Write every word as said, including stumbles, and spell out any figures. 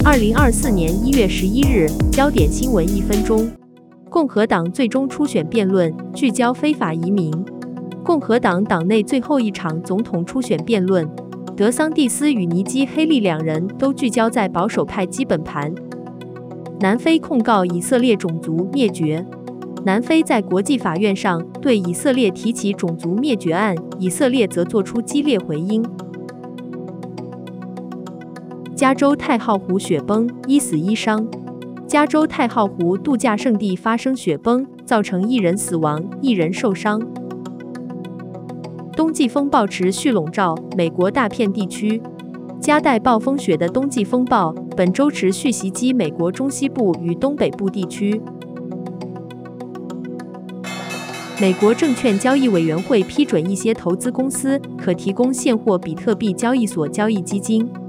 二零二四年一月十一日，焦点新闻一分钟。共和党最终初选辩论聚焦非法移民。共和党党内最后一场总统初选辩论，德桑蒂斯与尼基·黑利两人都聚焦在保守派基本盘。南非控告以色列种族灭绝。南非在国际法院上对以色列提起种族灭绝案，以色列则作出激烈回应。加州太浩湖雪崩，一死一伤。加州太浩湖度假胜地发生雪崩，造成一人死亡，一人受伤。冬季风暴持续笼罩美国大片地区，夹带暴风雪的冬季风暴本周持续袭击美国中西部与东北部地区。美国证券交易委员会批准一些投资公司可提供现货比特币交易所交易基金。